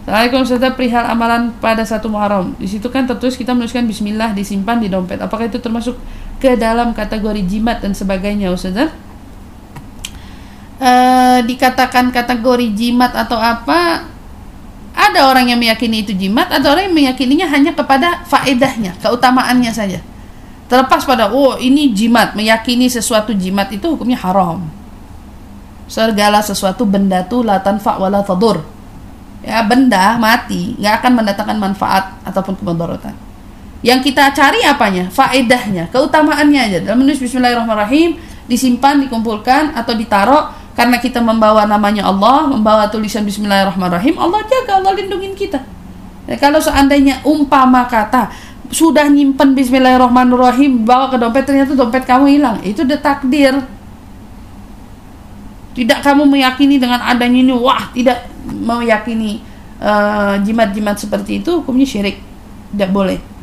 Assalamualaikum Ustazah, perihal amalan pada 1 Muharram. Di situ kan tertulis kita menuliskan bismillah disimpan di dompet. Apakah itu termasuk ke dalam kategori jimat dan sebagainya Ustazah? Dikatakan kategori jimat atau apa? Ada orang yang meyakini itu jimat, ada orang yang meyakininya hanya kepada faedahnya, keutamaannya saja. Terlepas pada ini jimat, meyakini sesuatu jimat itu hukumnya haram. Segala sesuatu benda tu la tanfa' wa la tadur. Ya, benda mati nggak akan mendatangkan manfaat ataupun kemudaratan. Yang kita cari apanya? Faedahnya, keutamaannya aja. Dalam menulis bismillahirrahmanirrahim, disimpan, dikumpulkan atau ditaruh karena kita membawa namanya Allah, membawa tulisan bismillahirrahmanirrahim, Allah jaga, Allah lindungin kita. Ya, kalau seandainya umpama kata sudah nyimpen bismillahirrahmanirrahim, bawa ke dompet, ternyata dompet kamu hilang, itu udah takdir. Tidak kamu meyakini dengan adanya ini, tidak meyakini jimat-jimat seperti itu, hukumnya syirik, tidak boleh.